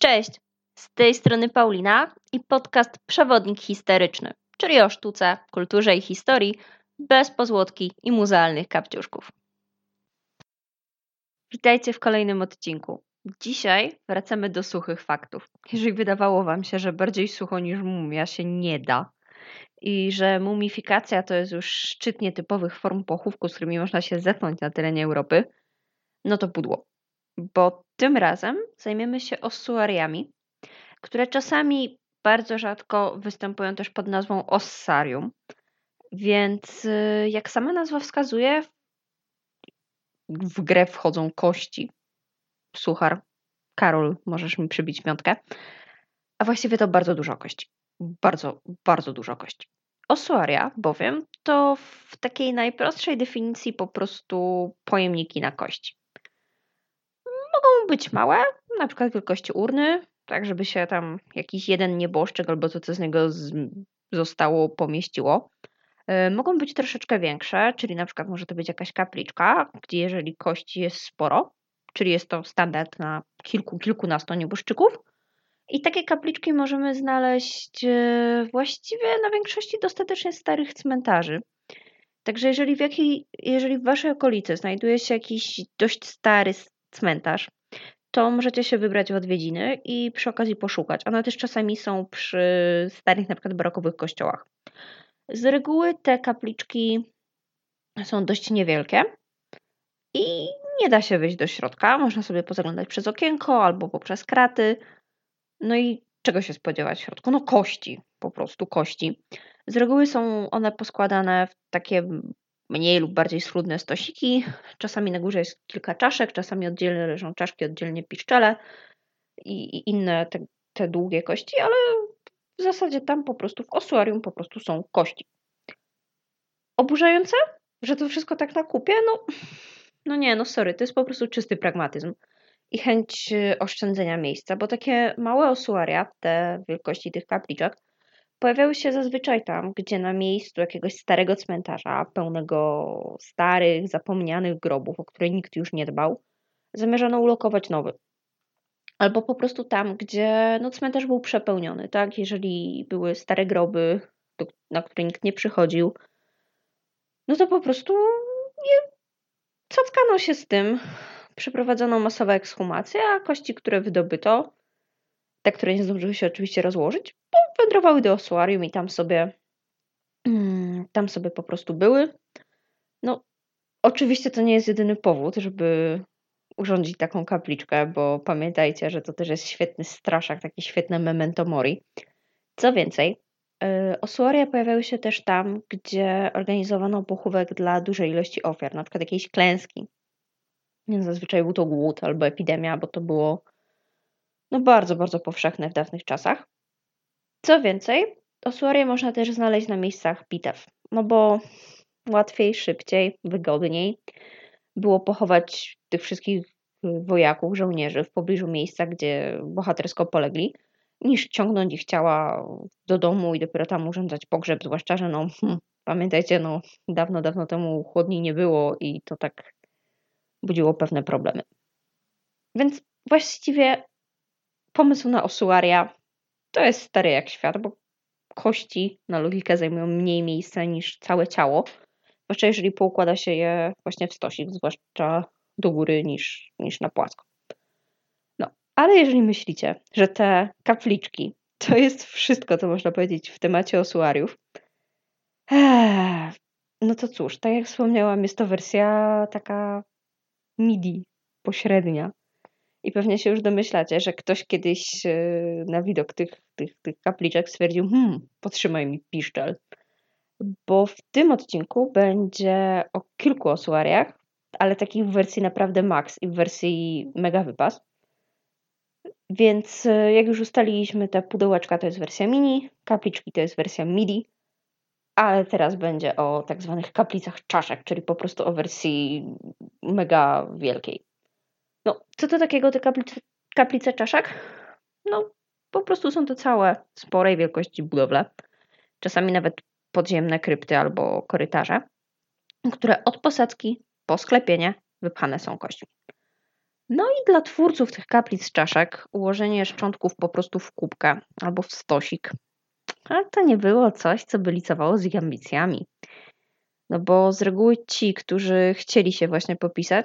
Cześć, z tej strony Paulina i podcast Przewodnik Historyczny, czyli o sztuce, kulturze i historii bez pozłotki i muzealnych kapciuszków. Witajcie w kolejnym odcinku. Dzisiaj wracamy do suchych faktów. Jeżeli wydawało Wam się, że bardziej sucho niż mumia się nie da i że mumifikacja to jest już szczyt nietypowych form pochówku, z którymi można się zetknąć na terenie Europy, no to pudło. Bo tym razem zajmiemy się ossuariami, które czasami bardzo rzadko występują też pod nazwą ossarium. Więc jak sama nazwa wskazuje, w grę wchodzą kości. Suchar, Karol, możesz mi przybić piątkę. A właściwie to bardzo dużo kości. Bardzo, bardzo dużo kości. Ossuaria bowiem to w takiej najprostszej definicji po prostu pojemniki na kości. Mogą być małe, na przykład wielkości urny, tak żeby się tam jakiś jeden nieboszczyk albo to, co z niego zostało, pomieściło. Mogą być troszeczkę większe, czyli na przykład może to być jakaś kapliczka, gdzie jeżeli kości jest sporo, czyli jest to standard na kilkunastu nieboszczyków. I takie kapliczki możemy znaleźć właściwie na większości dostatecznie starych cmentarzy. Także jeżeli w waszej okolicy znajduje się jakiś dość stary cmentarz, to możecie się wybrać w odwiedziny i przy okazji poszukać. One też czasami są przy starych, na przykład barokowych kościołach. Z reguły te kapliczki są dość niewielkie i nie da się wejść do środka. Można sobie pozaglądać przez okienko albo poprzez kraty. No i czego się spodziewać w środku? No kości, po prostu kości. Z reguły są one poskładane w takie mniej lub bardziej schludne stosiki. Czasami na górze jest kilka czaszek, czasami oddzielnie leżą czaszki, oddzielnie piszczele i inne te długie kości, ale w zasadzie tam po prostu w ossuarium po prostu są kości. Oburzające, że to wszystko tak na kupie? No nie, no sorry, to jest po prostu czysty pragmatyzm i chęć oszczędzenia miejsca, bo takie małe ossuaria, te wielkości tych kapliczek, pojawiały się zazwyczaj tam, gdzie na miejscu jakiegoś starego cmentarza, pełnego starych, zapomnianych grobów, o które nikt już nie dbał, zamierzano ulokować nowy. Albo po prostu tam, gdzie cmentarz był przepełniony, tak? Jeżeli były stare groby, na które nikt nie przychodził, no to po prostu cackano się z tym. Przeprowadzono masową ekshumację, a kości, które wydobyto, te, które nie zdążyły się oczywiście rozłożyć, wędrowały do ossuarium i tam sobie po prostu były. No, oczywiście to nie jest jedyny powód, żeby urządzić taką kapliczkę, bo pamiętajcie, że to też jest świetny straszak, takie świetne memento mori. Co więcej, ossuaria pojawiały się też tam, gdzie organizowano pochówek dla dużej ilości ofiar, na przykład jakiejś klęski. Zazwyczaj był to głód albo epidemia, bo to było bardzo, bardzo powszechne w dawnych czasach. Co więcej, ossuarię można też znaleźć na miejscach bitew, bo łatwiej, szybciej, wygodniej było pochować tych wszystkich wojaków, żołnierzy w pobliżu miejsca, gdzie bohatersko polegli, niż ciągnąć ich ciała do domu i dopiero tam urządzać pogrzeb, zwłaszcza, że pamiętajcie, dawno, dawno temu chłodniej nie było i to tak budziło pewne problemy. Więc właściwie pomysł na ossuaria to jest stary jak świat, bo kości na logikę zajmują mniej miejsca niż całe ciało, zwłaszcza jeżeli poukłada się je właśnie w stosik, zwłaszcza do góry niż na płasko. Ale jeżeli myślicie, że te kapliczki to jest wszystko, co można powiedzieć w temacie ossuariów, no to cóż, tak jak wspomniałam, jest to wersja taka midi, pośrednia. I pewnie się już domyślacie, że ktoś kiedyś na widok tych kapliczek stwierdził, potrzymaj mi piszczel. Bo w tym odcinku będzie o kilku ossuariach, ale takich w wersji naprawdę max i w wersji mega wypas. Więc jak już ustaliliśmy, te pudełeczka to jest wersja mini, kapliczki to jest wersja midi, ale teraz będzie o tak zwanych kaplicach czaszek, czyli po prostu o wersji mega wielkiej. Co to takiego te kaplice czaszek? Po prostu są to całe sporej wielkości budowle, czasami nawet podziemne krypty albo korytarze, które od posadzki po sklepienie wypchane są kośćmi. No i dla twórców tych kaplic czaszek ułożenie szczątków po prostu w kubkę albo w stosik. Ale to nie było coś, co by licowało z ich ambicjami. No bo z reguły ci, którzy chcieli się właśnie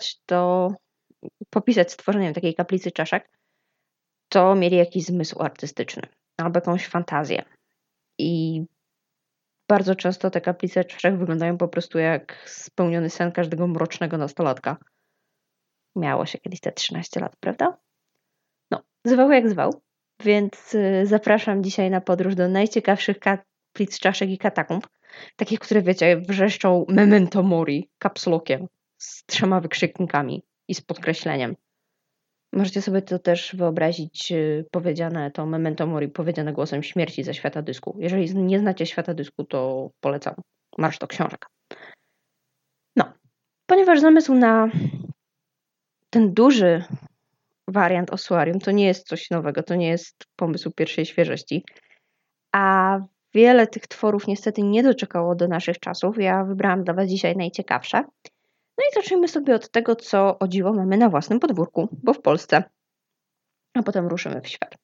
popisać stworzeniem takiej kaplicy czaszek, to mieli jakiś zmysł artystyczny albo jakąś fantazję. I bardzo często te kaplice czaszek wyglądają po prostu jak spełniony sen każdego mrocznego nastolatka. Miało się kiedyś te 13 lat, prawda? No, zwał jak zwał, więc zapraszam dzisiaj na podróż do najciekawszych kaplic czaszek i katakumb. Takich, które wiecie, wrzeszczą memento mori, kapslokiem, z 3 wykrzyknikami i z podkreśleniem. Możecie sobie to też wyobrazić powiedziane, to memento mori powiedziane głosem śmierci ze świata dysku. Jeżeli nie znacie świata dysku, to polecam marsz do książek. No, ponieważ zamysł na ten duży wariant ossuarium to nie jest coś nowego, to nie jest pomysł pierwszej świeżości, a wiele tych tworów niestety nie doczekało do naszych czasów. Ja wybrałam dla Was dzisiaj najciekawsze. No i zacznijmy sobie od tego, co o dziwo mamy na własnym podwórku, bo w Polsce, a potem ruszymy w świat.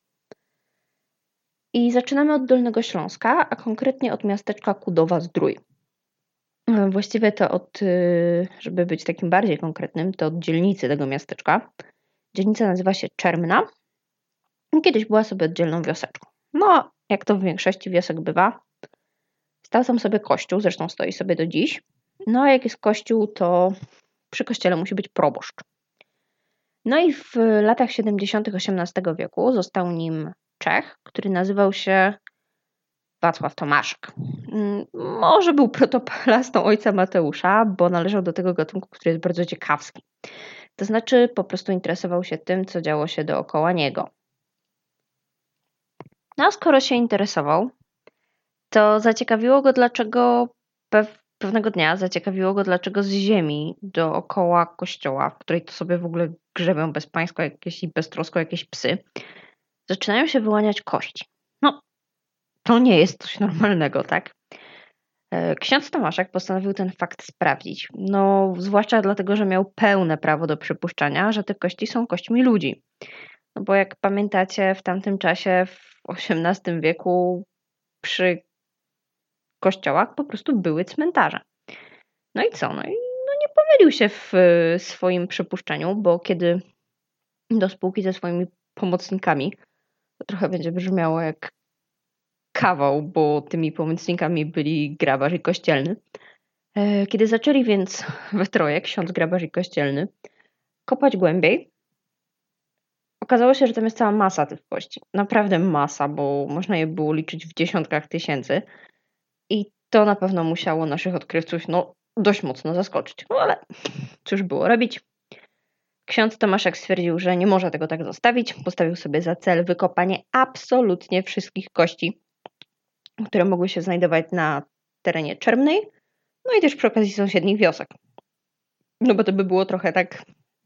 I zaczynamy od Dolnego Śląska, a konkretnie od miasteczka Kudowa-Zdrój. Właściwie to żeby być takim bardziej konkretnym, to od dzielnicy tego miasteczka. Dzielnica nazywa się Czermna. Kiedyś była sobie oddzielną wioseczką. No, jak to w większości wiosek bywa, stał tam sobie kościół, zresztą stoi sobie do dziś. No a jak jest kościół, to przy kościele musi być proboszcz. No i w latach 70. XVIII wieku został nim Czech, który nazywał się Wacław Tomaszek. Może był protoplastą ojca Mateusza, bo należał do tego gatunku, który jest bardzo ciekawski. To znaczy po prostu interesował się tym, co działo się dookoła niego. No a skoro się interesował, to zaciekawiło go, pewnego dnia zaciekawiło go, dlaczego z ziemi dookoła kościoła, w której to sobie w ogóle grzebią bezpańsko jakieś i beztrosko jakieś psy, zaczynają się wyłaniać kości. No, to nie jest coś normalnego, tak? Ksiądz Tomaszek postanowił ten fakt sprawdzić. No, zwłaszcza dlatego, że miał pełne prawo do przypuszczania, że te kości są kośćmi ludzi. No bo jak pamiętacie, w tamtym czasie, w XVIII wieku, przy kościołach po prostu były cmentarze. No i co? No nie pomylił się w swoim przypuszczeniu, bo kiedy do spółki ze swoimi pomocnikami, to trochę będzie brzmiało jak kawał, bo tymi pomocnikami byli grabarz i kościelny. Kiedy zaczęli więc we troje, ksiądz, grabarz i kościelny, kopać głębiej, okazało się, że tam jest cała masa tych kości. Naprawdę masa, bo można je było liczyć w dziesiątkach tysięcy. I to na pewno musiało naszych odkrywców dość mocno zaskoczyć. No ale cóż było robić? Ksiądz Tomaszek stwierdził, że nie może tego tak zostawić. Postawił sobie za cel wykopanie absolutnie wszystkich kości, które mogły się znajdować na terenie Czermnej, no i też przy okazji sąsiednich wiosek. No bo to by było trochę tak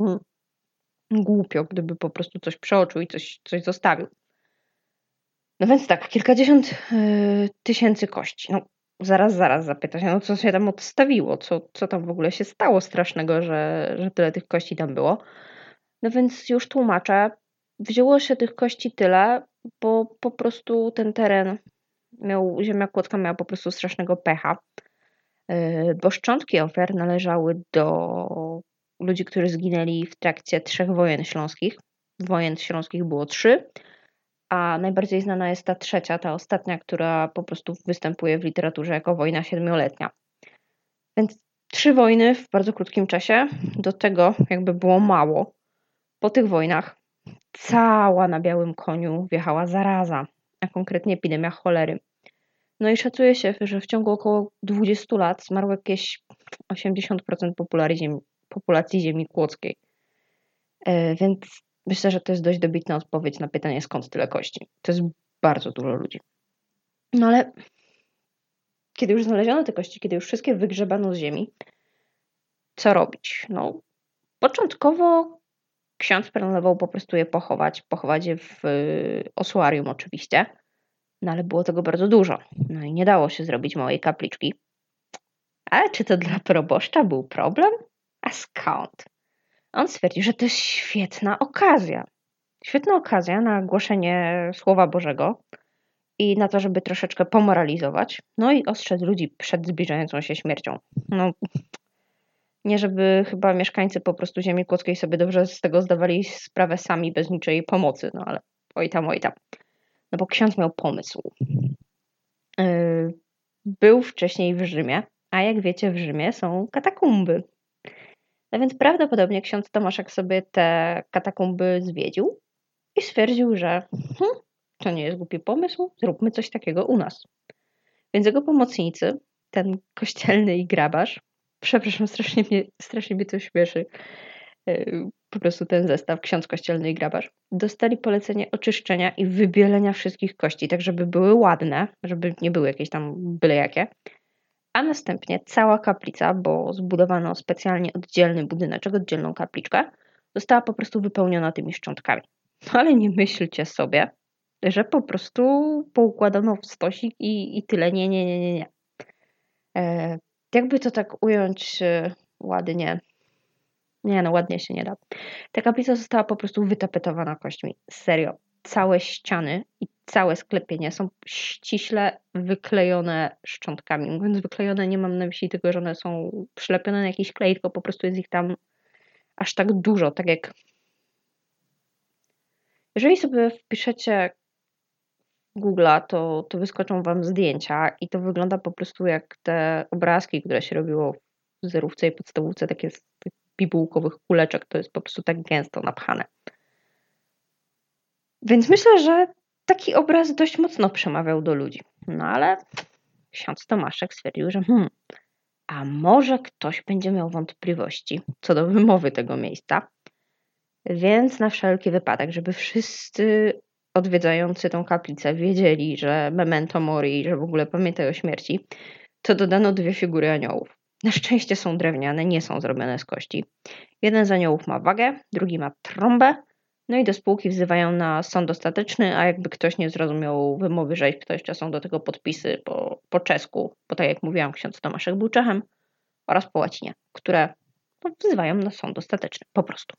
głupio, gdyby po prostu coś przeoczył i coś zostawił. No więc tak, kilkadziesiąt tysięcy kości. No zaraz zapyta się, no co się tam odstawiło, co tam w ogóle się stało strasznego, że tyle tych kości tam było. No więc już tłumaczę, wzięło się tych kości tyle, bo po prostu ten teren ziemia kłodzka miała po prostu strasznego pecha, bo szczątki ofiar należały do ludzi, którzy zginęli w trakcie 3 wojen śląskich. Wojen śląskich było 3, a najbardziej znana jest ta trzecia, ta ostatnia, która po prostu występuje w literaturze jako wojna 7-letnia. Więc 3 wojny w bardzo krótkim czasie, do tego jakby było mało. Po tych wojnach cała na białym koniu wjechała zaraza, a konkretnie epidemia cholery. No i szacuje się, że w ciągu około 20 lat zmarło jakieś 80% populacji ziemi kłodzkiej. Więc myślę, że to jest dość dobitna odpowiedź na pytanie, skąd tyle kości. To jest bardzo dużo ludzi. No ale kiedy już znaleziono te kości, kiedy już wszystkie wygrzebano z ziemi, co robić? No, początkowo ksiądz planował po prostu je pochować je w ossuarium oczywiście, no ale było tego bardzo dużo. No i nie dało się zrobić małej kapliczki. Ale czy to dla proboszcza był problem? A skąd? On stwierdził, że to jest świetna okazja. Świetna okazja na głoszenie Słowa Bożego i na to, żeby troszeczkę pomoralizować, no i ostrzec ludzi przed zbliżającą się śmiercią. No, nie żeby chyba mieszkańcy po prostu ziemi kłodzkiej sobie dobrze z tego zdawali sprawę sami, bez niczej pomocy, no ale oj tam, oj tam. No bo ksiądz miał pomysł. Był wcześniej w Rzymie, a jak wiecie, w Rzymie są katakumby. No więc prawdopodobnie ksiądz Tomaszek sobie te katakumby zwiedził i stwierdził, że to nie jest głupi pomysł, zróbmy coś takiego u nas. Więc jego pomocnicy, ten kościelny i grabarz, przepraszam, strasznie mnie to śmieszy, po prostu ten zestaw, ksiądz kościelny i grabarz, dostali polecenie oczyszczenia i wybielenia wszystkich kości, tak żeby były ładne, żeby nie były jakieś tam byle jakie, a następnie cała kaplica, bo zbudowano specjalnie oddzielny budyneczek, oddzielną kapliczkę, została po prostu wypełniona tymi szczątkami. No ale nie myślcie sobie, że po prostu poukładano w stosik i tyle. Nie. Jakby to tak ująć ładnie? Nie no, ładnie się nie da. Ta kaplica została po prostu wytapetowana kośćmi. Serio. Całe ściany i całe sklepienie są ściśle wyklejone szczątkami. Mówiąc wyklejone, nie mam na myśli tego, że one są przylepione na jakiś klej, tylko po prostu jest ich tam aż tak dużo, tak jak jeżeli sobie wpiszecie Google'a, to wyskoczą wam zdjęcia i to wygląda po prostu jak te obrazki, które się robiło w zerówce i podstawówce, takie z tych bibułkowych kuleczek, to jest po prostu tak gęsto napchane. Więc myślę, że taki obraz dość mocno przemawiał do ludzi. No ale ksiądz Tomaszek stwierdził, że a może ktoś będzie miał wątpliwości co do wymowy tego miejsca, więc na wszelki wypadek, żeby wszyscy odwiedzający tą kaplicę wiedzieli, że memento mori, że w ogóle pamiętają o śmierci, to dodano 2 figury aniołów. Na szczęście są drewniane, nie są zrobione z kości. Jeden z aniołów ma wagę, drugi ma trąbę, no i do spółki wzywają na sąd ostateczny, a jakby ktoś nie zrozumiał wymowy rzeźb, to jeszcze są do tego podpisy po czesku, bo tak jak mówiłam, ksiądz Tomaszek był Czechem, oraz po łacinie, które wzywają na sąd ostateczny, po prostu.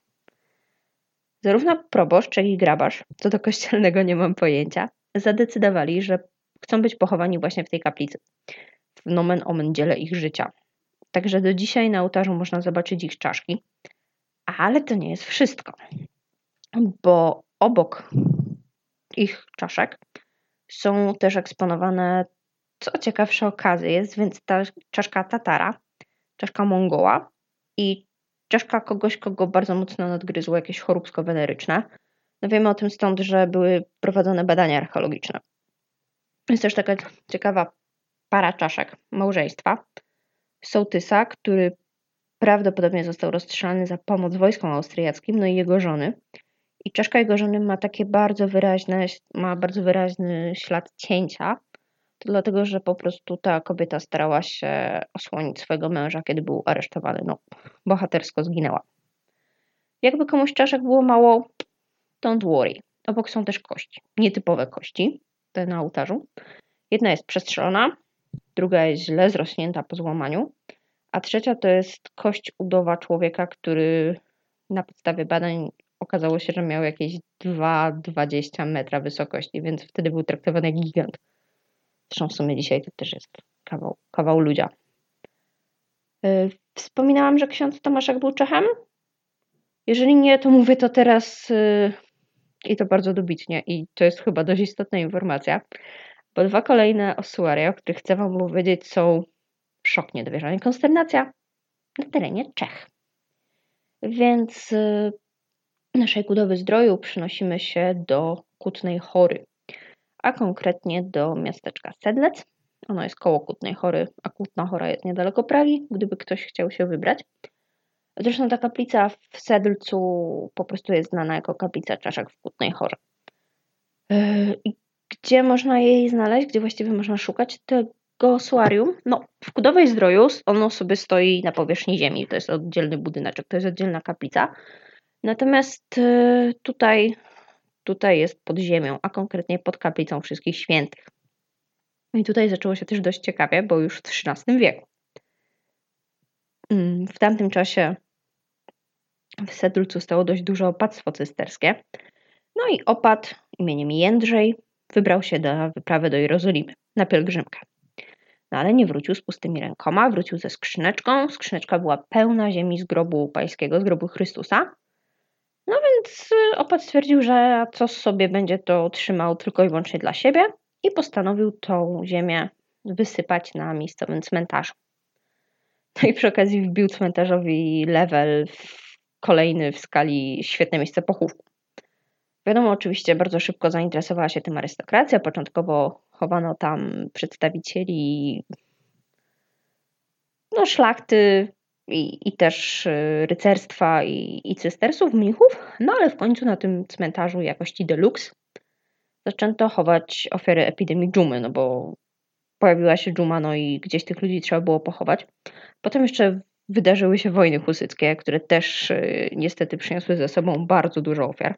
Zarówno proboszcz, jak i grabarz, co do kościelnego nie mam pojęcia, zadecydowali, że chcą być pochowani właśnie w tej kaplicy. W nomen omen dziele ich życia. Także do dzisiaj na ołtarzu można zobaczyć ich czaszki. Ale to nie jest wszystko. Bo obok ich czaszek są też eksponowane, co ciekawsze okazy jest, więc ta czaszka Tatara, czaszka Mongoła i czaszka kogoś, kogo bardzo mocno nadgryzło jakieś choróbsko weneryczne. No wiemy o tym stąd, że były prowadzone badania archeologiczne. Jest też taka ciekawa para czaszek małżeństwa. Sołtysa, który prawdopodobnie został rozstrzelany za pomoc wojskom austriackim, no i jego żony. I czaszka jego żony ma takie bardzo wyraźny ślad cięcia. To dlatego, że po prostu ta kobieta starała się osłonić swojego męża, kiedy był aresztowany. No, bohatersko zginęła. Jakby komuś czaszek było mało, don't worry. Obok są też kości. Nietypowe kości, te na ołtarzu. Jedna jest przestrzelona, druga jest źle zrośnięta po złamaniu, a trzecia to jest kość udowa człowieka, który na podstawie badań okazało się, że miał jakieś 2,20 metra wysokości, więc wtedy był traktowany jak gigant. Zresztą w sumie dzisiaj to też jest kawał ludzia. Wspominałam, że ksiądz Tomaszek był Czechem? Jeżeli nie, to mówię to teraz i to bardzo dobitnie i to jest chyba dość istotna informacja, bo 2 kolejne ossuaria, o których chcę wam powiedzieć, są szok, niedowierzanie, konsternacja na terenie Czech. Więc naszej Kudowy Zdroju przynosimy się do Kutnej Hory, a konkretnie do miasteczka Sedlec. Ono jest koło Kutnej Hory, a Kutna Hora jest niedaleko Pragi, gdyby ktoś chciał się wybrać. Zresztą ta kaplica w Sedlcu po prostu jest znana jako kaplica czaszek w Kutnej Horze. Gdzie można jej znaleźć? Gdzie właściwie można szukać tego ossuarium? No, w Kudowej Zdroju ono sobie stoi na powierzchni ziemi. To jest oddzielny budyneczek, to jest oddzielna kaplica. Natomiast tutaj jest pod ziemią, a konkretnie pod kaplicą Wszystkich Świętych. I tutaj zaczęło się też dość ciekawie, bo już w XIII wieku. W tamtym czasie w Sedlcu stało dość duże opactwo cysterskie. No i opat imieniem Jędrzej wybrał się na wyprawę do Jerozolimy, na pielgrzymkę. No ale nie wrócił z pustymi rękoma, wrócił ze skrzyneczką. Skrzyneczka była pełna ziemi z grobu pańskiego, z grobu Chrystusa. No więc opat stwierdził, że co sobie będzie to trzymał tylko i wyłącznie dla siebie i postanowił tą ziemię wysypać na miejscowym cmentarzu. No i przy okazji wbił cmentarzowi level kolejny w skali świetne miejsce pochówku. Wiadomo, oczywiście bardzo szybko zainteresowała się tym arystokracja. Początkowo chowano tam przedstawicieli szlachty i też rycerstwa i cystersów, mnichów, no ale w końcu na tym cmentarzu jakości deluxe zaczęto chować ofiary epidemii dżumy, no bo pojawiła się dżuma, no i gdzieś tych ludzi trzeba było pochować. Potem jeszcze wydarzyły się wojny husyckie, które też niestety przyniosły ze sobą bardzo dużo ofiar.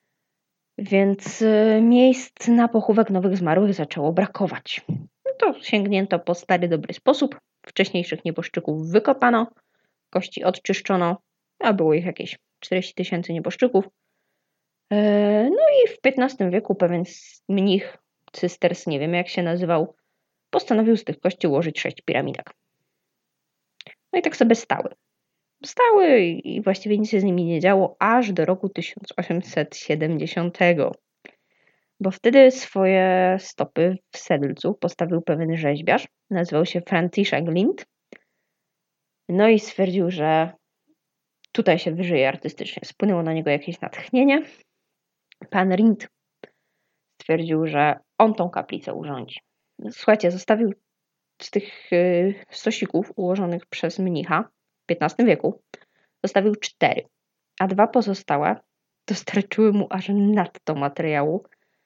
Więc miejsc na pochówek nowych zmarłych zaczęło brakować. No to sięgnięto po stary, dobry sposób. Wcześniejszych nieboszczyków wykopano, kości odczyszczono, a było ich jakieś 40 000 nieboszczyków. No i w XV wieku pewien mnich cysters, nie wiem jak się nazywał, postanowił z tych kości ułożyć 6 piramidek. No i tak sobie stały. Stały i właściwie nic się z nimi nie działo aż do roku 1870. Bo wtedy swoje stopy w Sedlcu postawił pewien rzeźbiarz, nazywał się Franciszek Lind. No i stwierdził, że tutaj się wyżyje artystycznie. Spłynęło na niego jakieś natchnienie. Pan Lind stwierdził, że on tą kaplicę urządzi. Słuchajcie, zostawił z tych stosików ułożonych przez mnicha w XV wieku, zostawił 4, a 2 pozostałe dostarczyły mu aż nadto materiału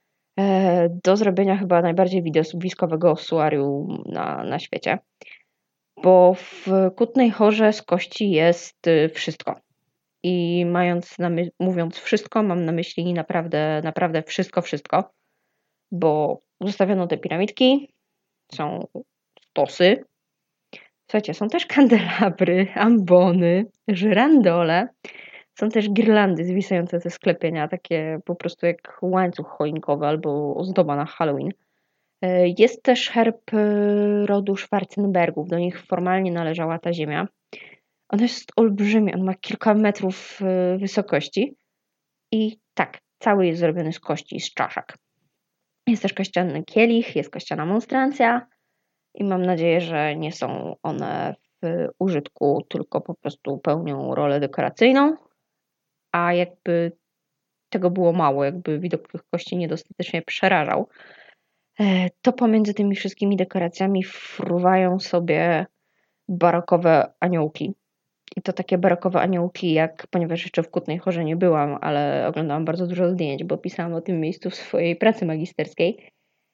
do zrobienia chyba najbardziej widowiskowego ossuarium na świecie. Bo w Kutnej Horze z kości jest wszystko. I mówiąc wszystko, mam na myśli naprawdę wszystko. Bo zostawiono te piramidki, są stosy. Słuchajcie, są też kandelabry, ambony, żyrandole. Są też girlandy zwisające ze sklepienia, takie po prostu jak łańcuch choinkowy albo ozdoba na Halloween. Jest też herb rodu Schwarzenbergów, do nich formalnie należała ta ziemia. On jest olbrzymi, on ma kilka metrów wysokości i tak, cały jest zrobiony z kości, z czaszek. Jest też kościany kielich, jest kościana monstrancja i mam nadzieję, że nie są one w użytku, tylko po prostu pełnią rolę dekoracyjną, a jakby tego było mało, jakby widok tych kości niedostatecznie przerażał, to pomiędzy tymi wszystkimi dekoracjami fruwają sobie barokowe aniołki. I to takie barokowe aniołki, ponieważ jeszcze w Kutnej Horze nie byłam, ale oglądałam bardzo dużo zdjęć, bo pisałam o tym miejscu w swojej pracy magisterskiej,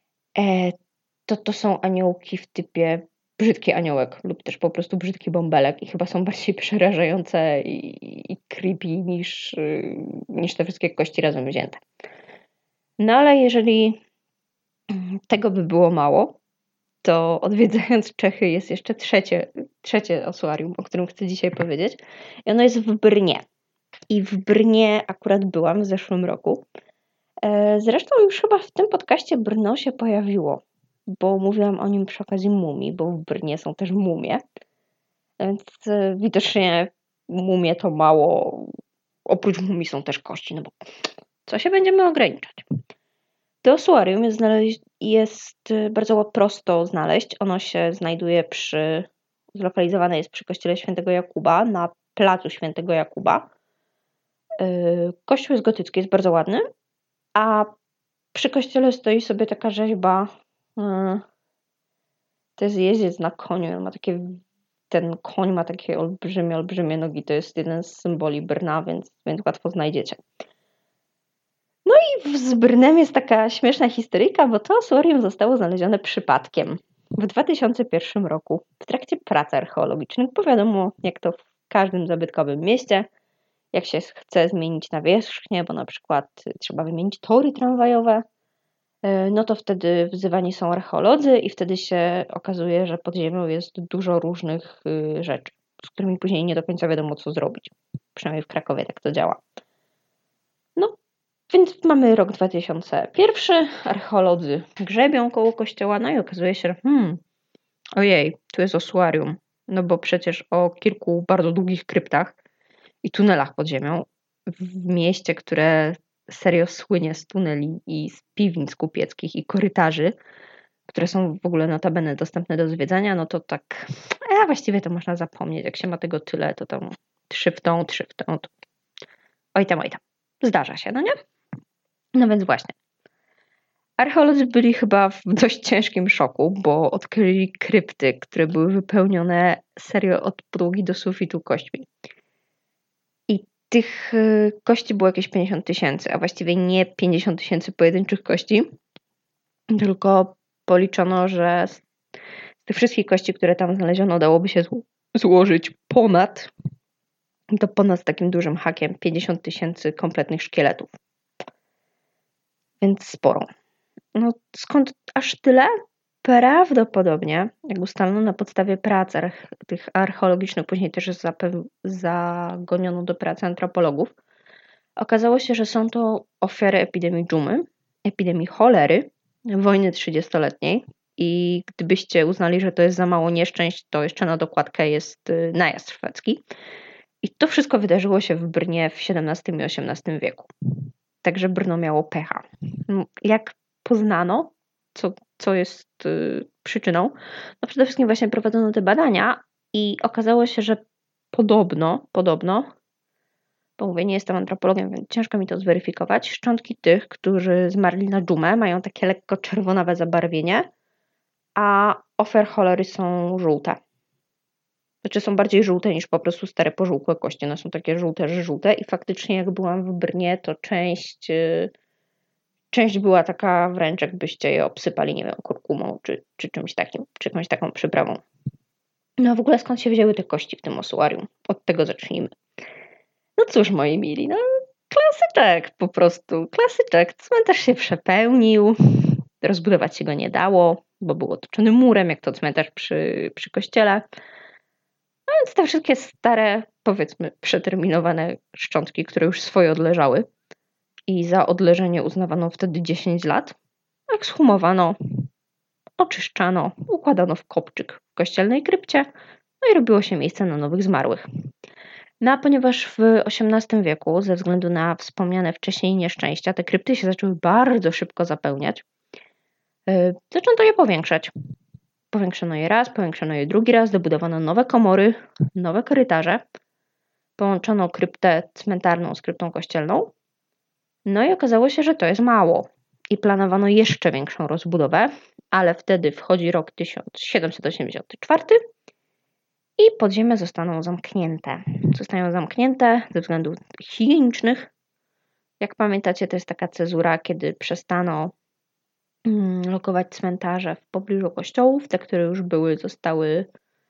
to są aniołki w typie brzydki aniołek lub też po prostu brzydki bąbelek i chyba są bardziej przerażające i creepy niż te wszystkie kości razem wzięte. No ale jeżeli tego by było mało, to odwiedzając Czechy jest jeszcze trzecie ossuarium, o którym chcę dzisiaj powiedzieć. I ono jest w Brnie. I w Brnie akurat byłam w zeszłym roku. Zresztą już chyba w tym podcaście Brno się pojawiło, bo mówiłam o nim przy okazji mumii, bo w Brnie są też mumie. Więc widocznie mumie to mało. Oprócz mumii są też kości, no bo co się będziemy ograniczać? To ossuarium jest bardzo prosto znaleźć. Ono się znajduje zlokalizowane jest przy kościele Świętego Jakuba, na placu Świętego Jakuba. Kościół jest gotycki, jest bardzo ładny, a przy kościele stoi sobie taka rzeźba. To jest jeździec na koniu. Ten koń ma takie olbrzymie nogi. To jest jeden z symboli Brna, więc łatwo znajdziecie. No i z Brnem jest taka śmieszna historyjka, bo to ossuarium zostało znalezione przypadkiem w 2001 roku w trakcie prac archeologicznych, bo wiadomo, jak to w każdym zabytkowym mieście, jak się chce zmienić nawierzchnię, bo na przykład trzeba wymienić tory tramwajowe, no to wtedy wzywani są archeolodzy i wtedy się okazuje, że pod ziemią jest dużo różnych rzeczy, z którymi później nie do końca wiadomo, co zrobić. Przynajmniej w Krakowie tak to działa. No, więc mamy rok 2001, archeolodzy grzebią koło kościoła, no i okazuje się, że ojej, tu jest ossuarium. No bo przecież o kilku bardzo długich kryptach i tunelach pod ziemią w mieście, które serio słynie z tuneli i z piwnic kupieckich i korytarzy, które są w ogóle notabene dostępne do zwiedzania, no to tak, właściwie to można zapomnieć. Jak się ma tego tyle, to tam trzy w tą, to oj tam. Zdarza się, no nie? No więc właśnie. Archeolodzy byli chyba w dość ciężkim szoku, bo odkryli krypty, które były wypełnione serio od podłogi do sufitu kośćmi. I tych kości było jakieś 50 000, a właściwie nie 50 000 pojedynczych kości, tylko policzono, że z tych wszystkich kości, które tam znaleziono, dałoby się złożyć ponad z takim dużym hakiem 50 000 kompletnych szkieletów. Więc sporo. No skąd aż tyle? Prawdopodobnie, jak ustalono na podstawie prac tych archeologicznych, później też zagoniono do pracy antropologów, okazało się, że są to ofiary epidemii dżumy, epidemii cholery, wojny 30-letniej i gdybyście uznali, że to jest za mało nieszczęść, to jeszcze na dokładkę jest najazd szwedzki. I to wszystko wydarzyło się w Brnie w XVII i XVIII wieku. Także Brno miało pecha. Jak poznano, co jest przyczyną, no przede wszystkim właśnie prowadzono te badania i okazało się, że podobno, bo mówię, nie jestem antropologiem, więc ciężko mi to zweryfikować, szczątki tych, którzy zmarli na dżumę, mają takie lekko czerwonawe zabarwienie, a ofiar cholery są żółte. Znaczy są bardziej żółte niż po prostu stare pożółkłe kości. One są takie żółte i faktycznie jak byłam w Brnie, to część była taka wręcz jakbyście je obsypali, nie wiem, kurkumą czy czymś takim, czy jakąś taką przyprawą. No w ogóle skąd się wzięły te kości w tym ossuarium? Od tego zacznijmy. No cóż, moi mili, no klasyczek po prostu, klasyczek. Cmentarz się przepełnił, rozbudować się go nie dało, bo był otoczony murem, jak to cmentarz przy kościele. No więc te wszystkie stare, powiedzmy, przeterminowane szczątki, które już swoje odleżały i za odleżenie uznawano wtedy 10 lat, ekshumowano, oczyszczano, układano w kopczyk w kościelnej krypcie, no i robiło się miejsce na nowych zmarłych. No a ponieważ w XVIII wieku, ze względu na wspomniane wcześniej nieszczęścia, te krypty się zaczęły bardzo szybko zapełniać, zaczęto je powiększać. Powiększono je raz, powiększono je drugi raz, dobudowano nowe komory, nowe korytarze, połączono kryptę cmentarną z kryptą kościelną, no i okazało się, że to jest mało i planowano jeszcze większą rozbudowę, ale wtedy wchodzi rok 1784 i podziemia zostaną zamknięte. Zostają zamknięte ze względów higienicznych. Jak pamiętacie, to jest taka cezura, kiedy przestano lokować cmentarze w pobliżu kościołów. Te, które już zostały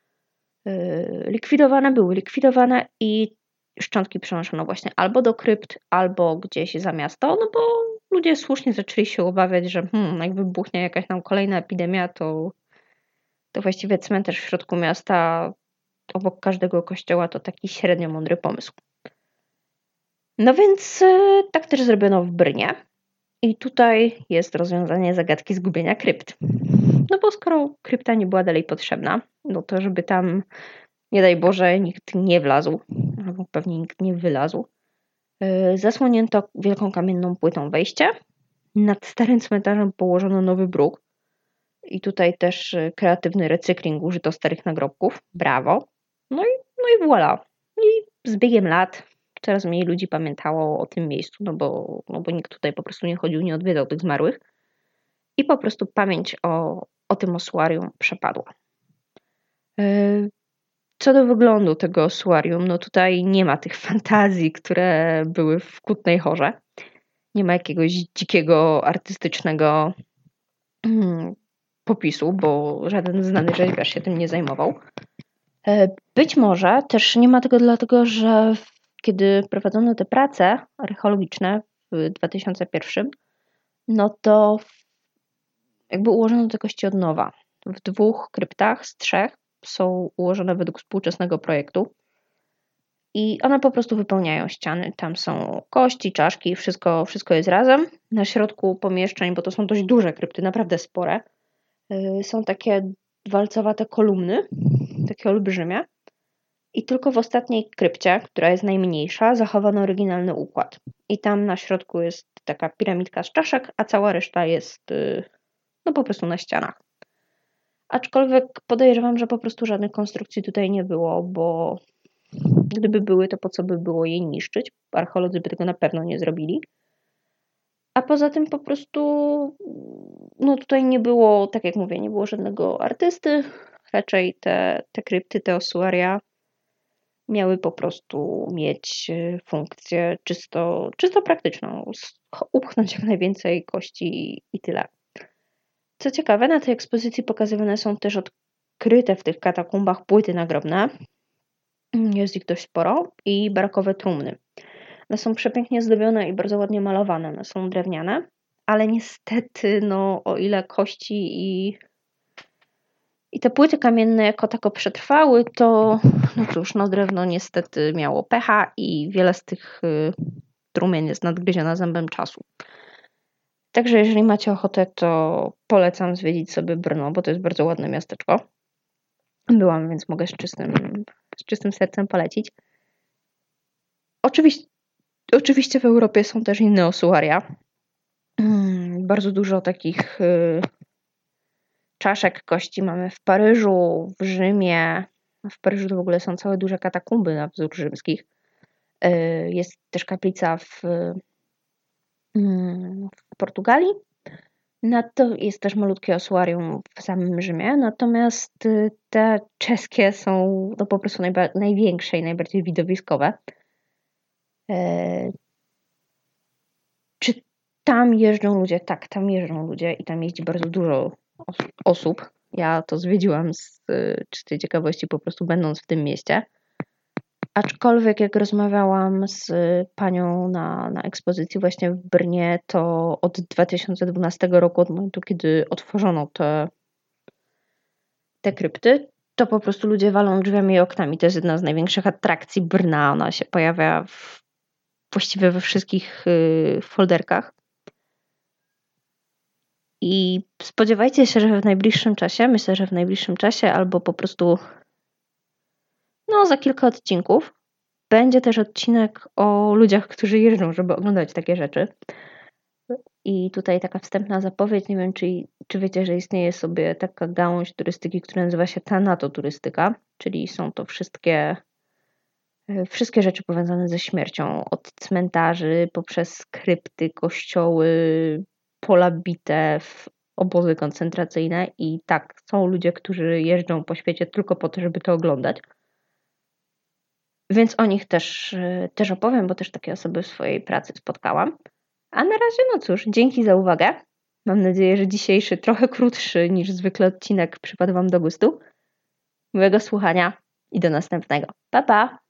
likwidowane i szczątki przenoszono właśnie albo do krypt, albo gdzieś za miasto, no bo ludzie słusznie zaczęli się obawiać, że jak wybuchnie jakaś tam kolejna epidemia, to właściwie cmentarz w środku miasta obok każdego kościoła to taki średnio mądry pomysł. No więc tak też zrobiono w Brnie i tutaj jest rozwiązanie zagadki zgubienia krypt. No bo skoro krypta nie była dalej potrzebna, no to żeby tam, nie daj Boże, nikt nie wlazł, albo pewnie nikt nie wylazł, zasłonięto wielką kamienną płytą wejście. Nad starym cmentarzem położono nowy bruk i tutaj też kreatywny recykling, użyto starych nagrobków. Brawo. No i voilà. I z biegiem lat coraz mniej ludzi pamiętało o tym miejscu, no bo nikt tutaj po prostu nie chodził, nie odwiedzał tych zmarłych. I po prostu pamięć o tym ossuarium przepadła. Co do wyglądu tego ossuarium, no tutaj nie ma tych fantazji, które były w Kutnej Horze. Nie ma jakiegoś dzikiego, artystycznego popisu, bo żaden znany rzeźbiarz się tym nie zajmował. Być może też nie ma tego dlatego, że kiedy prowadzono te prace archeologiczne w 2001, no to jakby ułożono te kości od nowa. W 2 kryptach z 3 są ułożone według współczesnego projektu. I one po prostu wypełniają ściany. Tam są kości, czaszki, wszystko jest razem. Na środku pomieszczeń, bo to są dość duże krypty, naprawdę spore, są takie walcowate kolumny, takie olbrzymie. I tylko w ostatniej krypcie, która jest najmniejsza, zachowano oryginalny układ. I tam na środku jest taka piramidka z czaszek, a cała reszta jest no po prostu na ścianach. Aczkolwiek podejrzewam, że po prostu żadnych konstrukcji tutaj nie było, bo gdyby były, to po co by było je niszczyć? Archeolodzy by tego na pewno nie zrobili. A poza tym po prostu no tutaj nie było, tak jak mówię, nie było żadnego artysty. Raczej te krypty, te ossuaria miały po prostu mieć funkcję czysto praktyczną. Upchnąć jak najwięcej kości i tyle. Co ciekawe, na tej ekspozycji pokazywane są też odkryte w tych katakumbach płyty nagrobne. Jest ich dość sporo i barokowe trumny. One są przepięknie zdobione i bardzo ładnie malowane. One są drewniane, ale niestety, no o ile kości i te płyty kamienne jako tako przetrwały, to no cóż, no drewno niestety miało pecha i wiele z tych trumien jest nadgryziona zębem czasu. Także jeżeli macie ochotę, to polecam zwiedzić sobie Brno, bo to jest bardzo ładne miasteczko. Byłam, więc mogę z czystym sercem polecić. Oczywiście w Europie są też inne ossuaria. Bardzo dużo takich czaszek kości mamy w Paryżu, w Rzymie. W Paryżu to w ogóle są całe duże katakumby na wzór rzymskich. Jest też kaplica w Portugalii. Jest też malutkie ossuarium w samym Rzymie, natomiast te czeskie są no, po prostu największe i najbardziej widowiskowe. Czy tam jeżdżą ludzie? Tak, tam jeżdżą ludzie i tam jeździ bardzo dużo osób. Ja to zwiedziłam z czystej ciekawości, po prostu będąc w tym mieście. Aczkolwiek jak rozmawiałam z panią na ekspozycji właśnie w Brnie, to od 2012 roku, od momentu, kiedy otworzono te krypty, to po prostu ludzie walą drzwiami i oknami. To jest jedna z największych atrakcji Brna. Ona się pojawia właściwie we wszystkich folderkach. I spodziewajcie się, że w najbliższym czasie, myślę, że w najbliższym czasie albo po prostu no za kilka odcinków będzie też odcinek o ludziach, którzy jeżdżą, żeby oglądać takie rzeczy. I tutaj taka wstępna zapowiedź, nie wiem, czy wiecie, że istnieje sobie taka gałąź turystyki, która nazywa się tanatoturystyka, czyli są to wszystkie rzeczy powiązane ze śmiercią, od cmentarzy poprzez krypty, kościoły, pola bitew, obozy koncentracyjne i tak, są ludzie, którzy jeżdżą po świecie tylko po to, żeby to oglądać. Więc o nich też opowiem, bo też takie osoby w swojej pracy spotkałam. A na razie, no cóż, dzięki za uwagę. Mam nadzieję, że dzisiejszy, trochę krótszy niż zwykle odcinek przypadł Wam do gustu. Miłego słuchania i do następnego. Pa, pa!